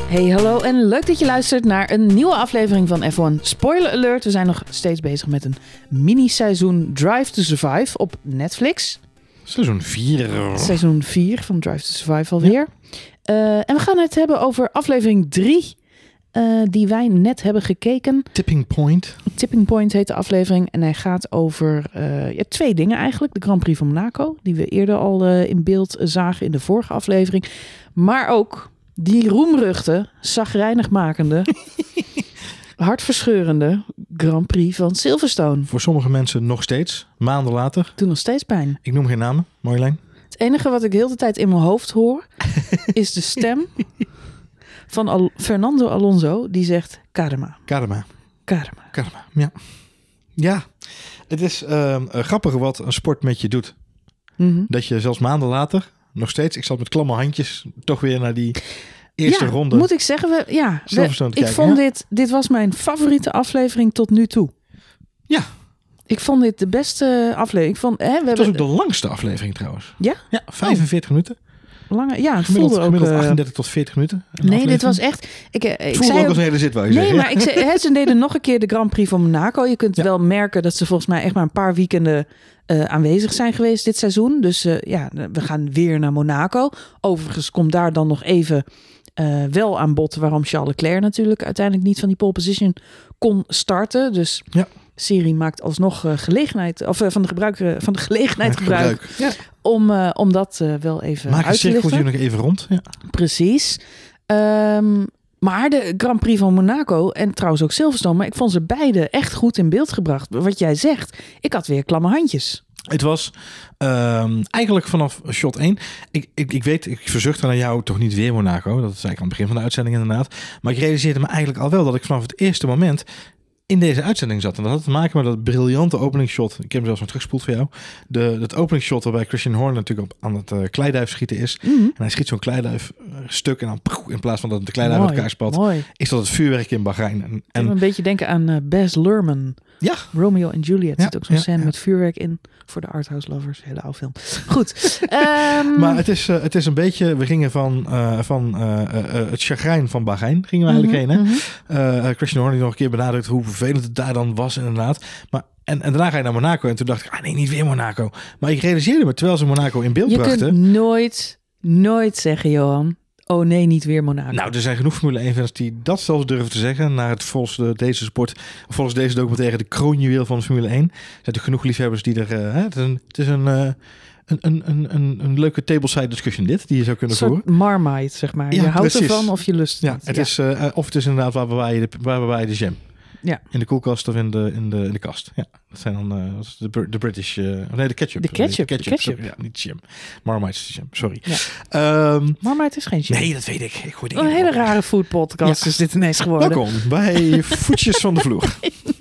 Hey, hallo en leuk dat je luistert naar een nieuwe aflevering van F1 Spoiler Alert. We zijn nog steeds bezig met een mini-seizoen Drive to Survive op Netflix. Seizoen 4. Seizoen 4 van Drive to Survive alweer. Ja. En we gaan het hebben over aflevering 3, die wij net hebben gekeken. Tipping Point. Tipping Point heet de aflevering en hij gaat over twee dingen eigenlijk. De Grand Prix van Monaco, die we eerder al in beeld zagen in de vorige aflevering. Maar ook die roemruchte, chagrijnig makende, hartverscheurende Grand Prix van Silverstone. Voor sommige mensen nog steeds, maanden later. Doet nog steeds pijn. Ik noem geen namen, Marjolein. Het enige wat ik de hele tijd in mijn hoofd hoor, is de stem van Fernando Alonso, die zegt karma. Karma. Karma. Karma, ja. Ja, het is grappig wat een sport met je doet. Mm-hmm. Dat je zelfs maanden later, nog steeds, ik zat met klamme handjes toch weer naar die eerste ronde. Moet ik zeggen, ik vond dit was mijn favoriete aflevering tot nu toe. Ja. Ik vond dit de beste aflevering. Het was ook de langste aflevering trouwens. Ja? Ja, 45 minuten. Langer, ja, het gemiddeld, voelde ook 38 tot 40 minuten. Nee, dit was echt. Ik voelde zei ook als een hele zit, wou je zeggen. Maar ik zei, ze deden nog een keer de Grand Prix van Monaco. Je kunt wel merken dat ze volgens mij echt maar een paar weekenden aanwezig zijn geweest dit seizoen. Dus we gaan weer naar Monaco. Overigens komt daar dan nog even wel aan bod waarom Charles Leclerc natuurlijk uiteindelijk niet van die pole position kon starten. Dus serie maakt alsnog gelegenheid, of van de gelegenheid gebruik. Ja. Om dat wel even maak uit te lichten. Maak een cirkeltje nog even rond. Ja. Precies. Maar de Grand Prix van Monaco en trouwens ook Silverstone, maar ik vond ze beide echt goed in beeld gebracht. Wat jij zegt, ik had weer klamme handjes. Het was eigenlijk vanaf shot 1. Ik weet, ik verzuchtte naar jou toch niet weer Monaco. Dat is eigenlijk aan het begin van de uitzending inderdaad. Maar ik realiseerde me eigenlijk al wel dat ik vanaf het eerste moment in deze uitzending zat. En dat had te maken met dat briljante openingsshot. Ik heb hem zelfs nog terugspoeld voor jou. Het openingsshot waarbij Christian Horner natuurlijk aan het kleiduif schieten is. Mm-hmm. En hij schiet zo'n kleiduif stuk en dan in plaats van dat de kleiduif uit elkaar spat, is dat het vuurwerk in Bahrein. En een beetje denken aan Baz Luhrmann. Ja. Romeo en Juliet zit ook zo'n scène met vuurwerk in. Voor de arthouse lovers, hele oude film. Goed. Maar het is een beetje, we gingen van het chagrijn van Bahrein gingen we eigenlijk heen. Hè? Christian Horner nog een keer benadrukt hoe vervelend het daar dan was inderdaad. Maar en daarna ga je naar Monaco en toen dacht ik, nee, niet weer Monaco. Maar ik realiseerde me, terwijl ze Monaco in beeld brachten. Je kunt nooit zeggen, Johan, oh nee, niet weer Monaco. Nou, er zijn genoeg Formule 1-fans die dat zelfs durven te zeggen. Naar het volgens deze documentaire de kroonjuweel van de Formule 1. Er zijn er genoeg liefhebbers die er... het is een leuke tableside discussion dit, die je zou kunnen voeren. Een soort Marmite, zeg maar. Ja, je houdt precies. ervan of je lust het. Het is, of het is inderdaad waar bewaar je de jam. Ja. In de koelkast of in de kast. Ja, dat zijn dan de British... de ketchup. De ketchup. Sorry, ja, niet jam. Marmite is de jam, sorry. Ja. Marmite is geen jam. Nee, dat weet ik. Een hele rare food podcast is dit ineens geworden. Welkom bij Voetjes van de Vloer.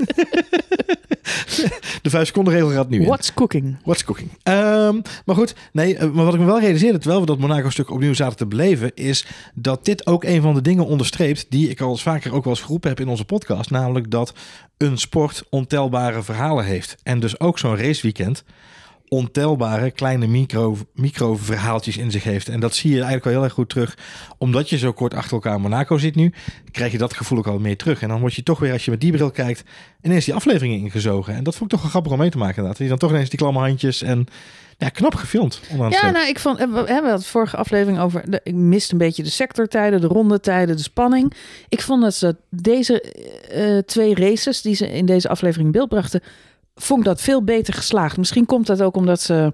De 5 seconden regel gaat nu in. What's cooking? Maar goed, maar wat ik me wel realiseerde, terwijl we dat Monaco-stuk opnieuw zaten te beleven, is dat dit ook een van de dingen onderstreept die ik al eens vaker ook wel eens geroepen heb in onze podcast, namelijk dat een sport ontelbare verhalen heeft. En dus ook zo'n raceweekend ontelbare kleine micro-verhaaltjes in zich heeft. En dat zie je eigenlijk wel heel erg goed terug. Omdat je zo kort achter elkaar in Monaco zit nu, krijg je dat gevoel ook al meer terug. En dan word je toch weer, als je met die bril kijkt, ineens die afleveringen ingezogen. En dat vond ik toch wel grappig om mee te maken inderdaad. Je dan toch ineens die klamme handjes en knap gefilmd. Ik vond, we hebben het vorige aflevering over, ik miste een beetje de sectortijden, de rondetijden, de spanning. Ik vond dat ze deze 2 races die ze in deze aflevering in beeld brachten, vond ik dat veel beter geslaagd. Misschien komt dat ook omdat ze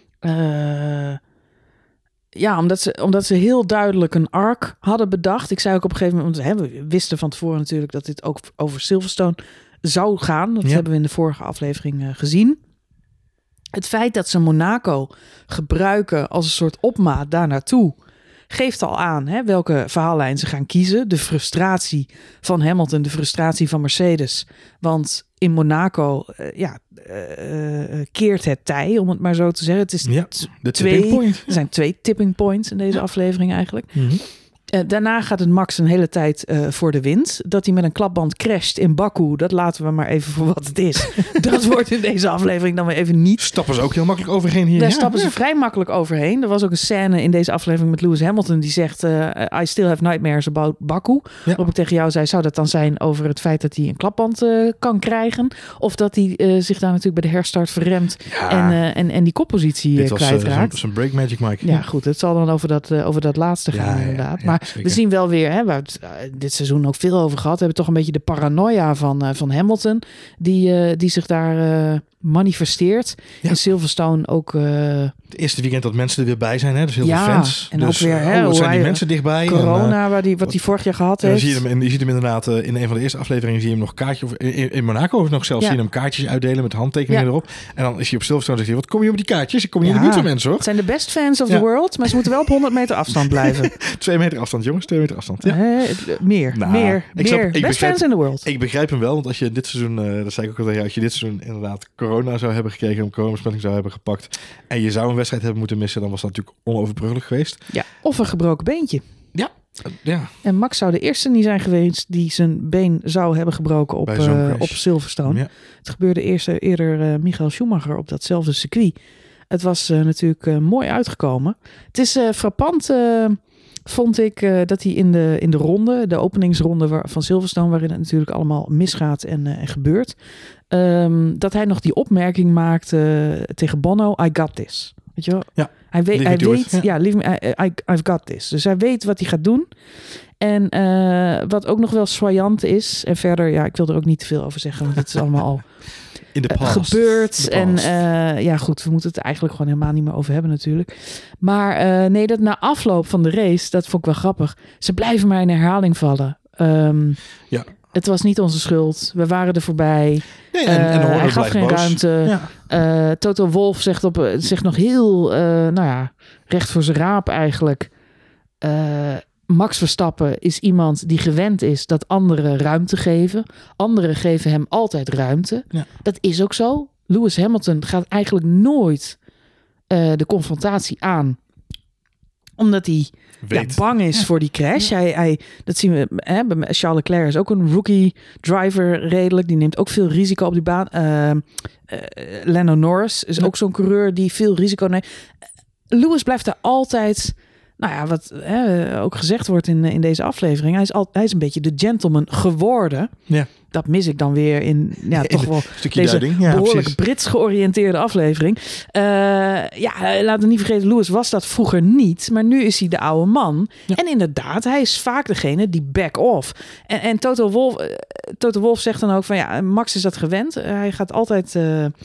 omdat ze heel duidelijk een arc hadden bedacht. Ik zei ook op een gegeven moment, we wisten van tevoren natuurlijk dat dit ook over Silverstone zou gaan. Dat hebben we in de vorige aflevering gezien. Het feit dat ze Monaco gebruiken als een soort opmaat daar naartoe geeft al aan welke verhaallijn ze gaan kiezen. De frustratie van Hamilton, de frustratie van Mercedes. Want in Monaco keert het tij, om het maar zo te zeggen. Het is de tipping point. Er zijn 2 tipping points in deze aflevering eigenlijk. Mm-hmm. Daarna gaat het Max een hele tijd voor de wind. Dat hij met een klapband crasht in Baku, dat laten we maar even voor wat het is. Dat wordt in deze aflevering dan weer even niet. Stappen ze ook heel makkelijk overheen hier. Daar stappen ze vrij makkelijk overheen. Er was ook een scène in deze aflevering met Lewis Hamilton die zegt... I still have nightmares about Baku. Waarop ik tegen jou zei, zou dat dan zijn over het feit dat hij een klapband kan krijgen? Of dat hij zich daar natuurlijk bij de herstart verremt en die koppositie kwijtraakt? Dit was een break magic, Mike. Ja, goed. Het zal dan over dat laatste gaan inderdaad. Ja, maar zeker. we zien wel weer, waar we het dit seizoen ook veel over gehad, we hebben toch een beetje de paranoia van Hamilton, die zich daar manifesteert. Ja. In Silverstone ook... Het eerste weekend dat mensen er weer bij zijn, hè? Dus heel veel fans. En dus, ook weer... zijn die mensen dichtbij? Corona, wat hij vorig jaar gehad heeft. Je ziet hem inderdaad in een van de eerste afleveringen zie je hem nog kaartjes... In Monaco nog zelfs zie je hem kaartjes uitdelen met handtekeningen erop. En dan is hij op Silverstone en zegt hij, wat kom je op die kaartjes? Ik kom niet in de buurt van mensen, hoor. Het zijn de best fans of the world, maar ze moeten wel op 100 meter afstand blijven. 2 meter afstand, jongens. 2 meter afstand. Ja. Meer. Best fans in the world. Ik begrijp hem wel, want als je dit seizoen... dat zei ik ook al tegen jou. Als je dit seizoen inderdaad corona zou hebben gekregen... een coronabesmetting zou hebben gepakt... en je zou een wedstrijd hebben moeten missen... dan was dat natuurlijk onoverbrugelijk geweest. Ja, of een gebroken beentje. Ja. En Max zou de eerste niet zijn geweest... die zijn been zou hebben gebroken op Silverstone. Ja. Het gebeurde eerder Michael Schumacher op datzelfde circuit. Het was natuurlijk mooi uitgekomen. Het is frappant... vond ik dat hij in de ronde, de openingsronde van Silverstone, waarin het natuurlijk allemaal misgaat en gebeurt, dat hij nog die opmerking maakte tegen Bono, I got this. Weet je wel? Ja, hij weet, I've got this. Dus hij weet wat hij gaat doen. En wat ook nog wel soignant is, en verder, ik wil er ook niet te veel over zeggen, want het is allemaal al in de past. Gebeurd. En goed, we moeten het eigenlijk gewoon helemaal niet meer over hebben natuurlijk. Maar nee, dat na afloop van de race, dat vond ik wel grappig. Ze blijven maar in herhaling vallen. Het was niet onze schuld. We waren er voorbij. Nee, en hij gaf geen ruimte. Ja. Toto Wolff zegt nog heel, recht voor zijn raap eigenlijk. Max Verstappen is iemand die gewend is dat anderen ruimte geven. Anderen geven hem altijd ruimte. Ja. Dat is ook zo. Lewis Hamilton gaat eigenlijk nooit de confrontatie aan. Omdat hij bang is voor die crash. Dat zien we. Charles Leclerc is ook een rookie driver redelijk. Die neemt ook veel risico op die baan. Lando Norris is ook zo'n coureur die veel risico neemt. Lewis blijft daar altijd... wat ook gezegd wordt in deze aflevering. Hij is een beetje de gentleman geworden. Ja. Dat mis ik dan weer in toch wel deze behoorlijk Brits georiënteerde aflevering. Laten we niet vergeten, Lewis was dat vroeger niet. Maar nu is hij de oude man. Ja. En inderdaad, hij is vaak degene die back off. En Toto Wolff zegt dan ook van Max is dat gewend. Hij gaat altijd...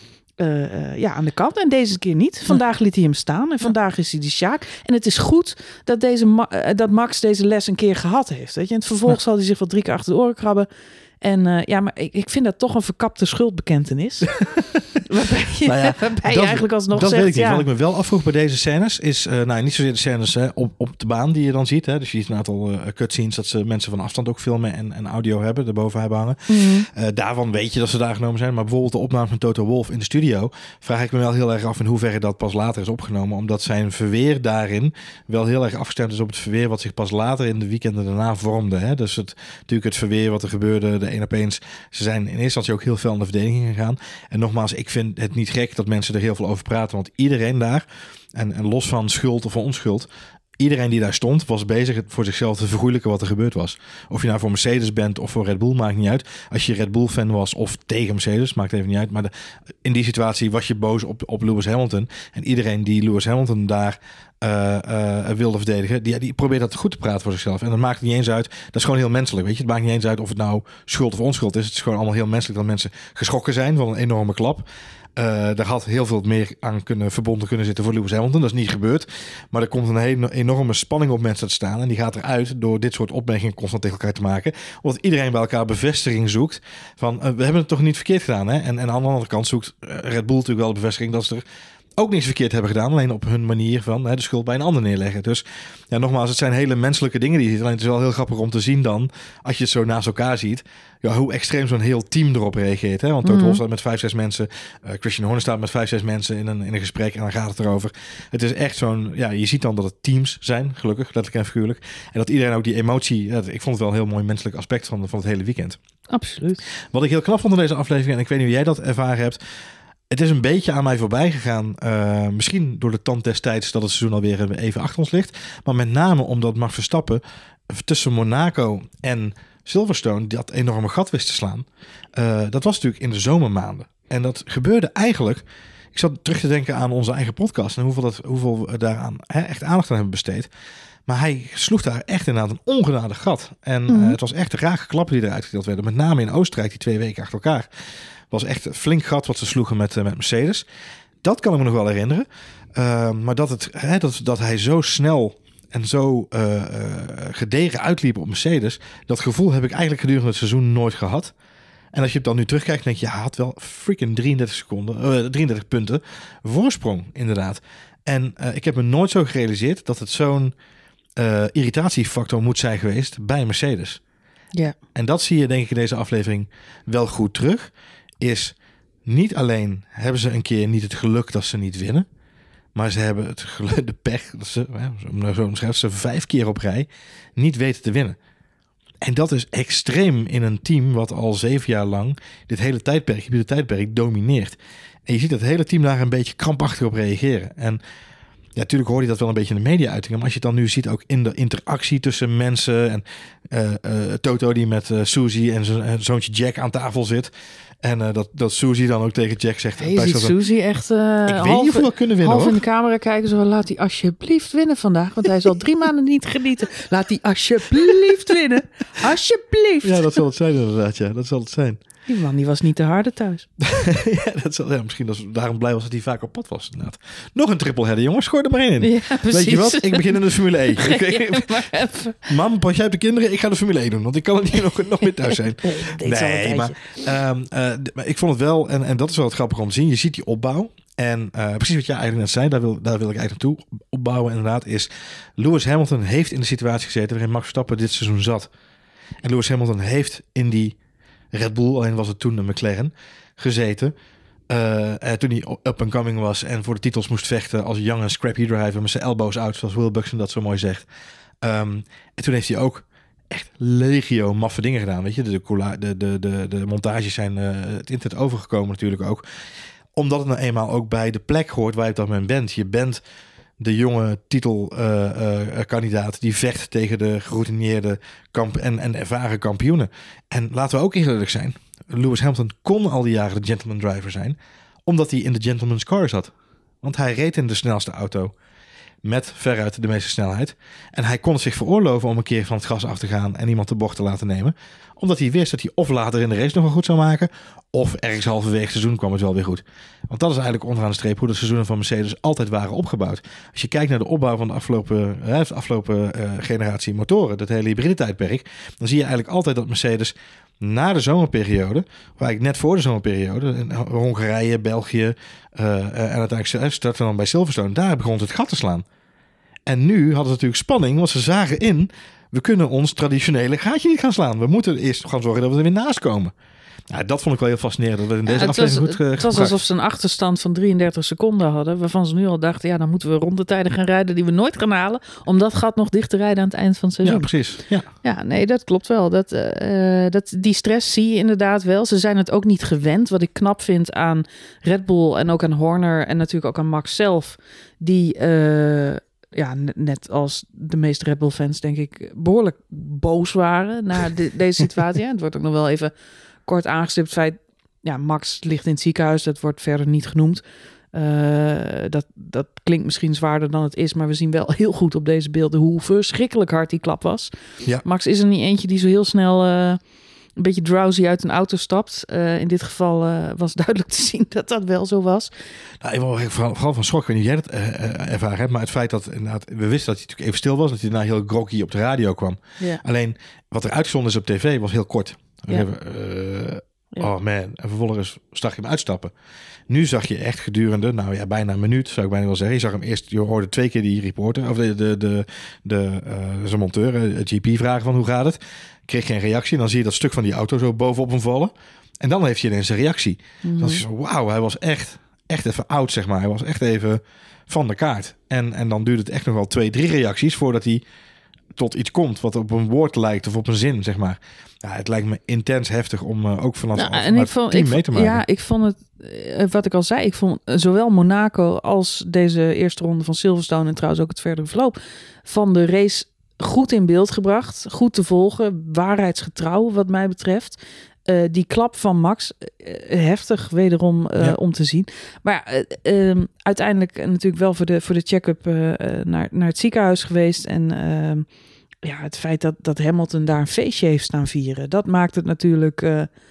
aan de kant. En deze keer niet. Vandaag liet hij hem staan. En vandaag is hij die Sjaak. En het is goed dat Max deze les een keer gehad heeft. Weet je? In het vervolg zal hij zich wel 3 keer achter de oren krabben. En maar ik vind dat toch een verkapte schuldbekentenis. waarbij je eigenlijk alsnog dat zegt... weet ik niet. Wat ik me wel afvroeg bij deze scènes is... niet zozeer de scènes op de baan die je dan ziet. Hè. Dus je ziet een aantal cutscenes dat ze mensen van afstand ook filmen en audio hebben. Daarboven hebben hangen. Mm-hmm. Daarvan weet je dat ze daar genomen zijn. Maar bijvoorbeeld de opname van Toto Wolff in de studio... vraag ik me wel heel erg af in hoeverre dat pas later is opgenomen. Omdat zijn verweer daarin wel heel erg afgestemd is op het verweer... wat zich pas later in de weekenden daarna vormde. Hè. Dus natuurlijk het verweer wat er gebeurde... één op eens. Ze zijn in eerste instantie ook heel veel aan de verdediging gegaan. En nogmaals, ik vind het niet gek dat mensen er heel veel over praten. Want iedereen daar, en los van schuld of onschuld... iedereen die daar stond, was bezig voor zichzelf te vergoeilijken wat er gebeurd was. Of je nou voor Mercedes bent of voor Red Bull, maakt niet uit. Als je Red Bull fan was of tegen Mercedes, maakt even niet uit. Maar in die situatie was je boos op Lewis Hamilton. En iedereen die Lewis Hamilton daar wilde verdedigen, die probeert dat goed te praten voor zichzelf. En dat maakt niet eens uit. Dat is gewoon heel menselijk, weet je. Het maakt niet eens uit of het nou schuld of onschuld is. Het is gewoon allemaal heel menselijk dat mensen geschrokken zijn van een enorme klap. Daar had heel veel meer aan verbonden kunnen zitten voor Lewis Hamilton. Dat is niet gebeurd. Maar er komt een enorme spanning op mensen te staan. En die gaat eruit door dit soort opmerkingen constant tegen elkaar te maken. Omdat iedereen bij elkaar bevestiging zoekt. Van we hebben het toch niet verkeerd gedaan. Hè? En aan de andere kant zoekt Red Bull natuurlijk wel de bevestiging dat ze er ook niks verkeerd hebben gedaan. Alleen op hun manier van de schuld bij een ander neerleggen. Dus ja, nogmaals, het zijn hele menselijke dingen die je ziet. Alleen het is wel heel grappig om te zien dan, als je het zo naast elkaar ziet, ja, hoe extreem zo'n heel team erop reageert. Hè? Want Total Wolff staat met 5-6 mensen. Christian Horner staat met 5-6 mensen in een gesprek en dan gaat het erover. Het is echt zo'n, ja, je ziet dan dat het teams zijn, gelukkig, letterlijk en figuurlijk. En dat iedereen ook die emotie, ja, ik vond het wel een heel mooi menselijk aspect van het hele weekend. Absoluut. Wat ik heel knap vond in deze aflevering, en ik weet niet hoe jij dat ervaren hebt, het is een beetje aan mij voorbij gegaan. Misschien door de tand destijds dat het seizoen alweer even achter ons ligt. Maar met name omdat Max Verstappen tussen Monaco en Silverstone dat enorme gat wist te slaan. Dat was natuurlijk in de zomermaanden. En dat gebeurde eigenlijk. Ik zat terug te denken aan onze eigen podcast en hoeveel we daaraan echt aandacht aan hebben besteed. Maar hij sloeg daar echt inderdaad een ongenadig gat. En het was echt rake klappen die eruit gedeeld werden. Met name in Oostenrijk, die 2 weken achter elkaar. Was echt een flink gat wat ze sloegen met Mercedes. Dat kan ik me nog wel herinneren. Maar dat hij zo snel en zo gedegen uitliep op Mercedes. Dat gevoel heb ik eigenlijk gedurende het seizoen nooit gehad. En als je het dan nu terugkijkt, denk je, hij had wel freaking 33 punten voorsprong, inderdaad. En ik heb me nooit zo gerealiseerd dat het zo'n irritatiefactor moet zijn geweest bij Mercedes. Ja. En dat zie je denk ik in deze aflevering wel goed terug. Is niet alleen hebben ze een keer niet het geluk dat ze niet winnen. Maar ze hebben het geluk, de pech dat ze, zo omschrijft ze 5 keer op rij niet weten te winnen. En dat is extreem in een team wat al 7 jaar lang dit hele tijdperk domineert. En je ziet dat het hele team daar een beetje krampachtig op reageren. En ja, natuurlijk hoor je dat wel een beetje in de media-uitingen. Maar als je het dan nu ziet ook in de interactie tussen mensen. En Toto die met Suzy en zijn zoontje Jack aan tafel zit. En dat Suzy dan ook tegen Jack zegt. Je ziet Suzy echt ik weet niet of we wel kunnen winnen, half hoor. in de camera kijken. Zo, laat hij alsjeblieft winnen vandaag. Want hij is al 3 maanden niet genieten. Laat hij alsjeblieft winnen. Alsjeblieft. Ja, dat zal het zijn inderdaad. Ja, dat zal het zijn. Die man die was niet te harde thuis. Misschien dat ze daarom blij was dat hij vaak op pad was. Inderdaad. Nog een triple header, jongens. Gooi er maar één in. Ja, weet je wat? Ik begin in de Formule 1. Maar even. Mam, pas jij hebt de kinderen? Ik ga de Formule 1 doen. Want ik kan er niet nog meer thuis zijn. Nee, maar ik vond het wel... En dat is wel het grappige om te zien. Je ziet die opbouw. En precies wat jij eigenlijk net zei, daar wil ik eigenlijk naartoe opbouwen inderdaad, is Lewis Hamilton heeft in de situatie gezeten waarin Max Verstappen dit seizoen zat. En Lewis Hamilton heeft in die Red Bull, alleen was het toen de McLaren, gezeten. Toen hij up and coming was en voor de titels moest vechten als young and scrappy driver met zijn elbows out, zoals Will Buxton dat zo mooi zegt. En toen heeft hij ook echt legio maffe dingen gedaan. Weet je, de montages zijn het internet overgekomen natuurlijk ook. Omdat het nou eenmaal ook bij de plek hoort waar je op dat moment bent. Je bent de jonge titelkandidaat die vecht tegen de geroutineerde en ervaren kampioenen. En laten we ook eerlijk zijn. Lewis Hamilton kon al die jaren de gentleman driver zijn, omdat hij in de gentleman's car zat. Want hij reed in de snelste auto met veruit de meeste snelheid. En hij kon het zich veroorloven om een keer van het gas af te gaan en iemand de bocht te laten nemen. Omdat hij wist dat hij of later in de race nog wel goed zou maken, of ergens halverwege het seizoen kwam het wel weer goed. Want dat is eigenlijk onderaan de streep hoe de seizoenen van Mercedes altijd waren opgebouwd. Als je kijkt naar de opbouw van de afgelopen generatie motoren, dat hele hybride tijdperk, dan zie je eigenlijk altijd dat Mercedes na de zomerperiode, waar ik net voor de zomerperiode, in Hongarije, België en uiteindelijk starten dan bij Silverstone, daar begon het gat te slaan. En nu hadden ze natuurlijk spanning, want ze zagen in, we kunnen ons traditionele gaatje niet gaan slaan. We moeten eerst gaan zorgen dat we er weer naast komen. Nou, dat vond ik wel heel fascinerend. Dat we in deze aflevering goed het was alsof ze een achterstand van 33 seconden hadden, waarvan ze nu al dachten, ja, dan moeten we rondetijden gaan rijden die we nooit gaan halen, om dat gat nog dicht te rijden aan het eind van het seizoen. Ja, precies. Ja, nee, dat klopt wel. Die stress zie je inderdaad wel. Ze zijn het ook niet gewend. Wat ik knap vind aan Red Bull en ook aan Horner en natuurlijk ook aan Max zelf, die net als de meeste Red Bull fans denk ik behoorlijk boos waren na deze situatie. Het wordt ook nog wel even kort aangestipt het feit, ja, Max ligt in het ziekenhuis, dat wordt verder niet genoemd. Dat klinkt misschien zwaarder dan het is, maar we zien wel heel goed op deze beelden hoe verschrikkelijk hard die klap was. Ja. Max is er niet eentje die zo heel snel een beetje drowsy uit een auto stapt. In dit geval was duidelijk te zien dat dat wel zo was. Nou, ik vooral van schok, ik weet niet of jij dat ervaren hebt, maar het feit dat inderdaad, we wisten dat hij natuurlijk even stil was, dat hij daarna heel groggy op de radio kwam. Ja. Alleen wat er uitgezonden is op tv was heel kort. Ja. Oh man. En vervolgens zag je hem uitstappen. Nu zag je echt gedurende, bijna een minuut, zou ik bijna wel zeggen. Je zag hem eerst, je hoorde 2 keer die reporter, of zijn monteur, het GP vragen van hoe gaat het. Kreeg geen reactie. En dan zie je dat stuk van die auto zo bovenop hem vallen. En dan heeft hij ineens een reactie. Mm-hmm. Dan is zo, wauw, hij was echt even oud, zeg maar. Hij was echt even van de kaart. En dan duurt het echt nog wel 2-3 reacties voordat hij tot iets komt wat op een woord lijkt of op een zin, zeg maar. Ja, het lijkt me intens heftig om ook vanaf het team mee te maken. Ja, ik vond het, wat ik al zei, ik vond zowel Monaco als deze eerste ronde van Silverstone en trouwens ook het verdere verloop van de race goed in beeld gebracht, goed te volgen, waarheidsgetrouw wat mij betreft. Die klap van Max, heftig wederom om te zien. Maar uiteindelijk natuurlijk wel voor de check-up naar het ziekenhuis geweest. En het feit dat Hamilton daar een feestje heeft staan vieren, dat maakt het natuurlijk,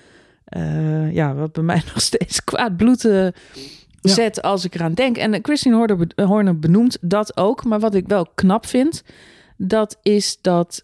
wat bij mij nog steeds kwaad bloed zet als ik eraan denk. En Christian Horner benoemt dat ook. Maar wat ik wel knap vind, dat is dat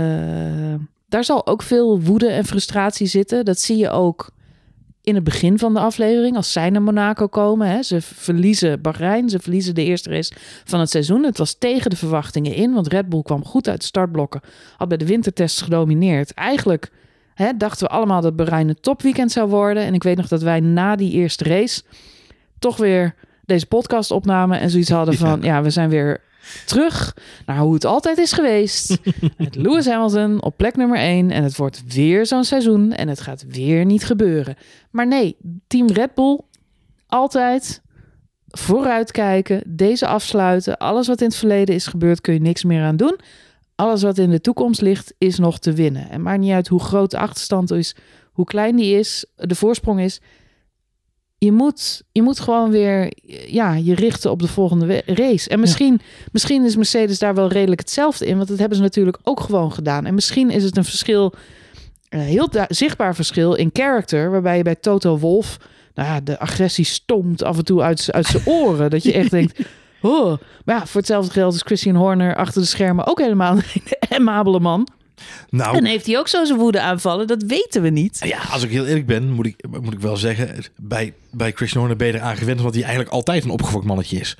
daar zal ook veel woede en frustratie zitten. Dat zie je ook in het begin van de aflevering. Als zij naar Monaco komen. Hè, ze verliezen Bahrein. Ze verliezen de eerste race van het seizoen. Het was tegen de verwachtingen in. Want Red Bull kwam goed uit de startblokken. Had bij de wintertests gedomineerd. Eigenlijk dachten we allemaal dat Bahrein een topweekend zou worden. En ik weet nog dat wij na die eerste race toch weer deze podcast opnamen. En zoiets hadden van, we zijn weer terug naar hoe het altijd is geweest. Met Lewis Hamilton op plek nummer 1. En het wordt weer zo'n seizoen. En het gaat weer niet gebeuren. Maar nee, team Red Bull altijd vooruitkijken. Deze afsluiten. Alles wat in het verleden is gebeurd kun je niks meer aan doen. Alles wat in de toekomst ligt is nog te winnen. En maakt niet uit hoe groot de achterstand is. Hoe klein die is. De voorsprong is. Je moet gewoon weer je richten op de volgende race. En misschien is Mercedes daar wel redelijk hetzelfde in. Want dat hebben ze natuurlijk ook gewoon gedaan. En misschien is het een verschil, een heel zichtbaar verschil in character. Waarbij je bij Toto Wolff de agressie stoomt af en toe uit zijn oren. Dat je echt denkt, oh. Maar voor hetzelfde geld is Christian Horner achter de schermen ook helemaal een amabele man. Nou, en heeft hij ook zo zijn woede aanvallen? Dat weten we niet. Ja, als ik heel eerlijk ben, moet ik wel zeggen, bij Christian Horner ben je eraan gewend, omdat hij eigenlijk altijd een opgefokt mannetje is.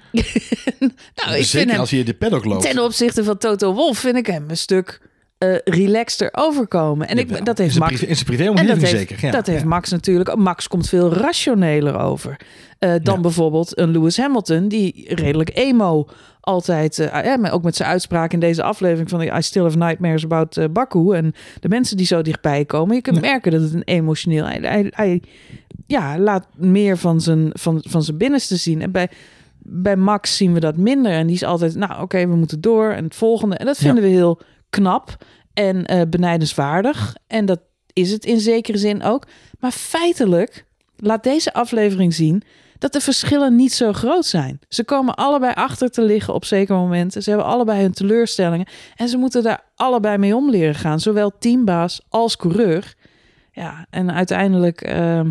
Ik vind hem, als hij in de paddock loopt. Ten opzichte van Toto Wolff vind ik hem een stuk relaxter overkomen. En dat heeft Max in zijn privéomgeving zeker. Ja, dat heeft Max natuurlijk. Max komt veel rationeler over dan bijvoorbeeld een Lewis Hamilton, die redelijk emo altijd, ook met zijn uitspraak in deze aflevering van I still have nightmares about Baku en de mensen die zo dichtbij komen. Je kunt merken dat het een emotioneel. Hij laat meer van zijn binnenste zien. En bij Max zien we dat minder. En die is altijd, we moeten door en het volgende. En dat vinden we heel knap en benijdenswaardig. En dat is het in zekere zin ook. Maar feitelijk laat deze aflevering zien dat de verschillen niet zo groot zijn. Ze komen allebei achter te liggen op zekere momenten. Ze hebben allebei hun teleurstellingen. En ze moeten daar allebei mee om leren gaan. Zowel teambaas als coureur. Ja, en uiteindelijk,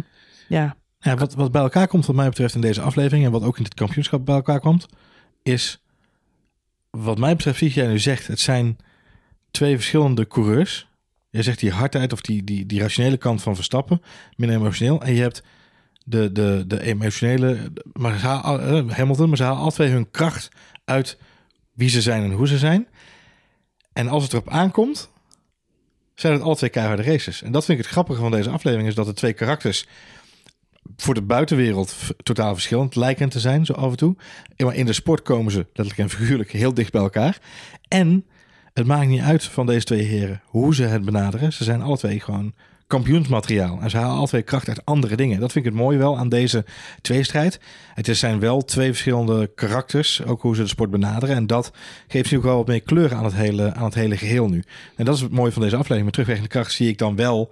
wat bij elkaar komt wat mij betreft in deze aflevering, en wat ook in het kampioenschap bij elkaar komt, is, wat mij betreft, wie jij nu zegt, het zijn 2 verschillende coureurs. Je zegt die hardheid of die rationele kant van Verstappen, minder emotioneel. En je hebt de emotionele, Hamilton, maar ze halen alle 2 hun kracht uit wie ze zijn en hoe ze zijn. En als het erop aankomt, zijn het alle 2 keiharde races. En dat vind ik het grappige van deze aflevering, is dat de 2 karakters voor de buitenwereld totaal verschillend lijken te zijn, zo af en toe. Maar in de sport komen ze letterlijk en figuurlijk heel dicht bij elkaar. En het maakt niet uit van deze 2 heren hoe ze het benaderen. Ze zijn alle 2 gewoon kampioensmateriaal. En ze halen alle 2 kracht uit andere dingen. Dat vind ik het mooi wel aan deze tweestrijd. Het zijn wel 2 verschillende karakters, ook hoe ze de sport benaderen. En dat geeft nu ook wel wat meer kleur aan het hele geheel nu. En dat is het mooie van deze aflevering. Met terugwerkende kracht zie ik dan wel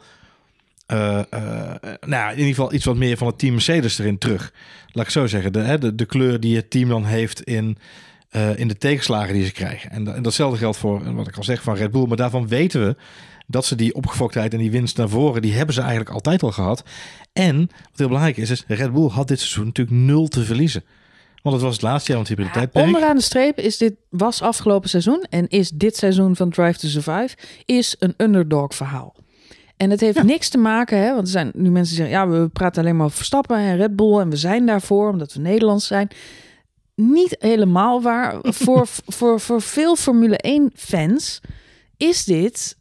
in ieder geval iets wat meer van het team Mercedes erin terug. Laat ik zo zeggen. De kleur die het team dan heeft in de tegenslagen die ze krijgen. En datzelfde geldt voor, wat ik al zeg, van Red Bull. Maar daarvan weten we dat ze die opgefoktheid en die winst naar voren, die hebben ze eigenlijk altijd al gehad. En wat heel belangrijk is Red Bull had dit seizoen natuurlijk 0 te verliezen. Want het was het laatste jaar, want die hebben de tijdperk. Onderaan de streep was afgelopen seizoen en is dit seizoen van Drive to Survive is een underdog verhaal. En het heeft niks te maken, want er zijn nu mensen die zeggen... ja, we praten alleen maar over Verstappen en Red Bull... en we zijn daarvoor, omdat we Nederlands zijn. Niet helemaal waar. voor veel Formule 1-fans is dit...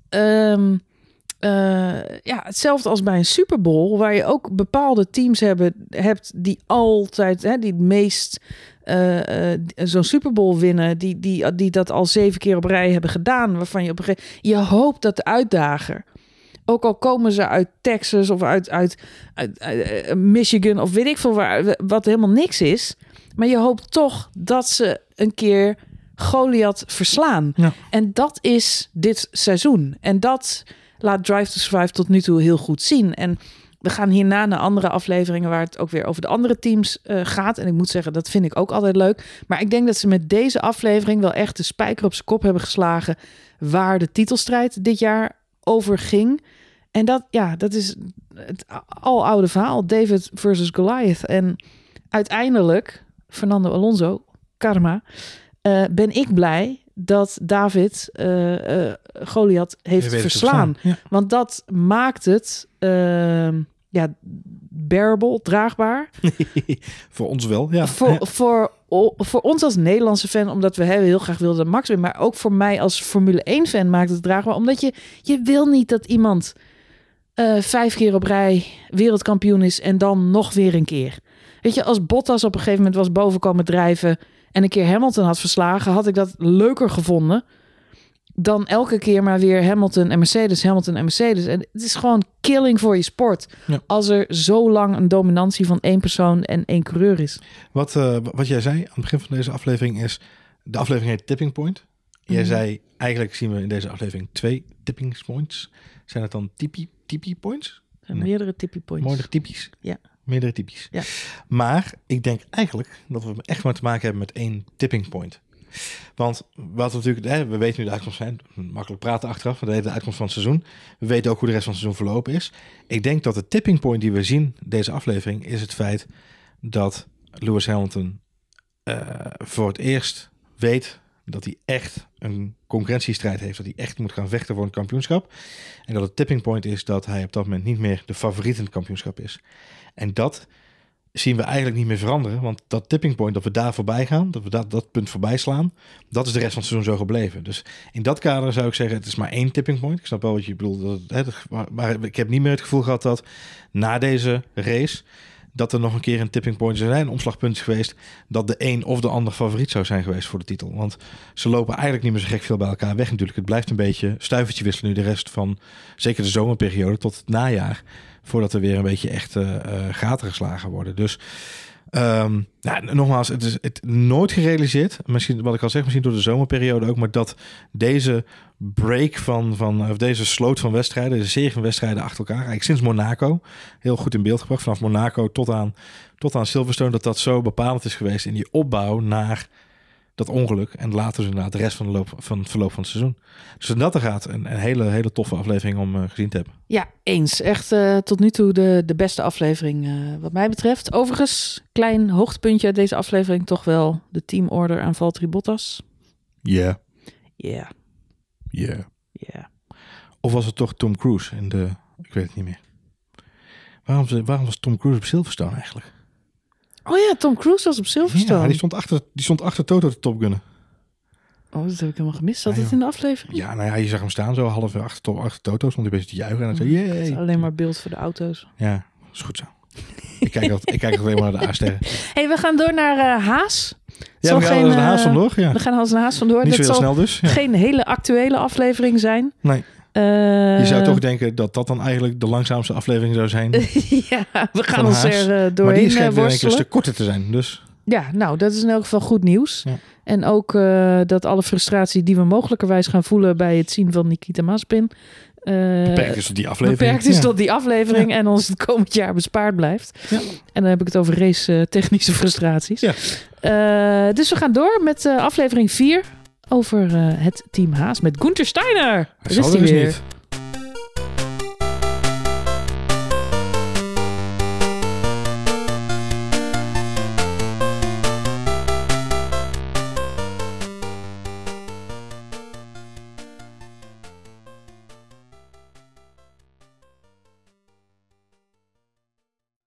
hetzelfde als bij een Super Bowl... waar je ook bepaalde teams hebt die altijd... die het meest... zo'n Super Bowl winnen... die dat al 7 keer op rij hebben gedaan... waarvan je op een gegeven moment... je hoopt dat de uitdager... ook al komen ze uit Texas... of uit Michigan... of weet ik veel waar... wat helemaal niks is... maar je hoopt toch dat ze een keer... Goliath verslaan. Ja. En dat is dit seizoen. En dat laat Drive to Survive tot nu toe heel goed zien. En we gaan hierna naar andere afleveringen... waar het ook weer over de andere teams gaat. En ik moet zeggen, dat vind ik ook altijd leuk. Maar ik denk dat ze met deze aflevering... wel echt de spijker op zijn kop hebben geslagen... waar de titelstrijd dit jaar over ging. En dat is het aloude verhaal. David versus Goliath. En uiteindelijk, Fernando Alonso, karma... ben ik blij dat David Goliath heeft verslaan. Ja. Want dat maakt het bearable, draagbaar. Voor ons wel, ja. Voor ons als Nederlandse fan, omdat we heel graag wilden dat Max wint. Maar ook voor mij als Formule 1-fan maakt het draagbaar. Omdat je wil niet dat iemand 5 keer op rij wereldkampioen is en dan nog weer een keer. Weet je, als Bottas op een gegeven moment was boven komen drijven... en een keer Hamilton had verslagen... had ik dat leuker gevonden... dan elke keer maar weer Hamilton en Mercedes, Hamilton en Mercedes. En het is gewoon killing voor je sport... Ja. Als er zo lang een dominantie van 1 persoon en 1 coureur is. Wat jij zei aan het begin van deze aflevering is... de aflevering heet Tipping Point. Jij zei, eigenlijk zien we in deze aflevering 2 tipping points. Zijn het dan tippy points? Meerdere tippy points. Meerdere typisch. Ja. Meerdere typisch. Ja. Maar ik denk eigenlijk dat we echt maar te maken hebben met 1 tipping point. Want wat we natuurlijk, we weten nu de uitkomst zijn. Makkelijk praten achteraf, we weten de uitkomst van het seizoen. We weten ook hoe de rest van het seizoen verlopen is. Ik denk dat de tipping point die we zien deze aflevering is het feit dat Lewis Hamilton voor het eerst weet dat hij echt een concurrentiestrijd heeft. Dat hij echt moet gaan vechten voor een kampioenschap. En dat het tipping point is dat hij op dat moment niet meer de favoriet in het kampioenschap is. En dat zien we eigenlijk niet meer veranderen. Want dat tipping point, dat we daar voorbij gaan, dat we dat punt voorbij slaan, dat is de rest van het seizoen zo gebleven. Dus in dat kader zou ik zeggen, het is maar 1 tipping point. Ik snap wel wat je bedoelt. Maar ik heb niet meer het gevoel gehad dat na deze race, dat er nog een keer een tipping point zou zijn, een omslagpunt is geweest, dat de een of de ander favoriet zou zijn geweest voor de titel. Want ze lopen eigenlijk niet meer zo gek veel bij elkaar weg natuurlijk. Het blijft een beetje stuivertje wisselen nu de rest van, zeker de zomerperiode tot het najaar, voordat er weer een beetje echt gaten geslagen worden. Dus nogmaals, het is nooit gerealiseerd. Misschien, wat ik al zeg, misschien door de zomerperiode ook, maar dat deze break of deze sloot van wedstrijden, deze serie van wedstrijden achter elkaar, eigenlijk sinds Monaco, heel goed in beeld gebracht, vanaf Monaco tot aan Silverstone, dat zo bepalend is geweest in die opbouw naar dat ongeluk en later dus inderdaad de rest van het verloop van het seizoen. Dus dat er gaat een hele toffe aflevering om gezien te hebben. Ja, eens. Echt tot nu toe de beste aflevering wat mij betreft. Overigens, klein hoogtepuntje uit deze aflevering toch wel de teamorder aan Valtteri Bottas. Ja. Yeah. Ja. Ja. Of was het toch Tom Cruise in de... Ik weet het niet meer. Waarom was Tom Cruise op Silverstone eigenlijk? Oh ja, Tom Cruise was op Silverstone. Ja, die stond achter Toto te topgunnen. Oh, dat heb ik helemaal gemist. Zat het in de aflevering? Ja, nou ja, je zag hem staan zo half achter Toto. Stond hij een beetje te juichen. En dan zei het is alleen maar beeld voor de auto's. Ja, is goed zo. ik kijk alleen maar naar de A-sterren. Hey, we gaan door naar Haas. Ja, we gaan als een Haas vandoor. Ja. We gaan als een Haas vandoor. Niet zo heel snel dus. Ja. Geen hele actuele aflevering zijn. Nee. Je zou toch denken dat dan eigenlijk de langzaamste aflevering zou zijn. Ja, we gaan ons er doorheen maar die schijnt worstelen. Een stuk korter te zijn, dus. Ja, nou, dat is in elk geval goed nieuws. Ja. En ook dat alle frustratie die we mogelijkerwijs gaan voelen bij het zien van Nikita Mazepin beperkt is tot die aflevering. Ja. En ons het komend jaar bespaard blijft. Ja. En dan heb ik het over race technische frustraties. Ja. Dus we gaan door met aflevering 4 over het team Haas met Gunther Steiner. Daar is hij weer. Niet.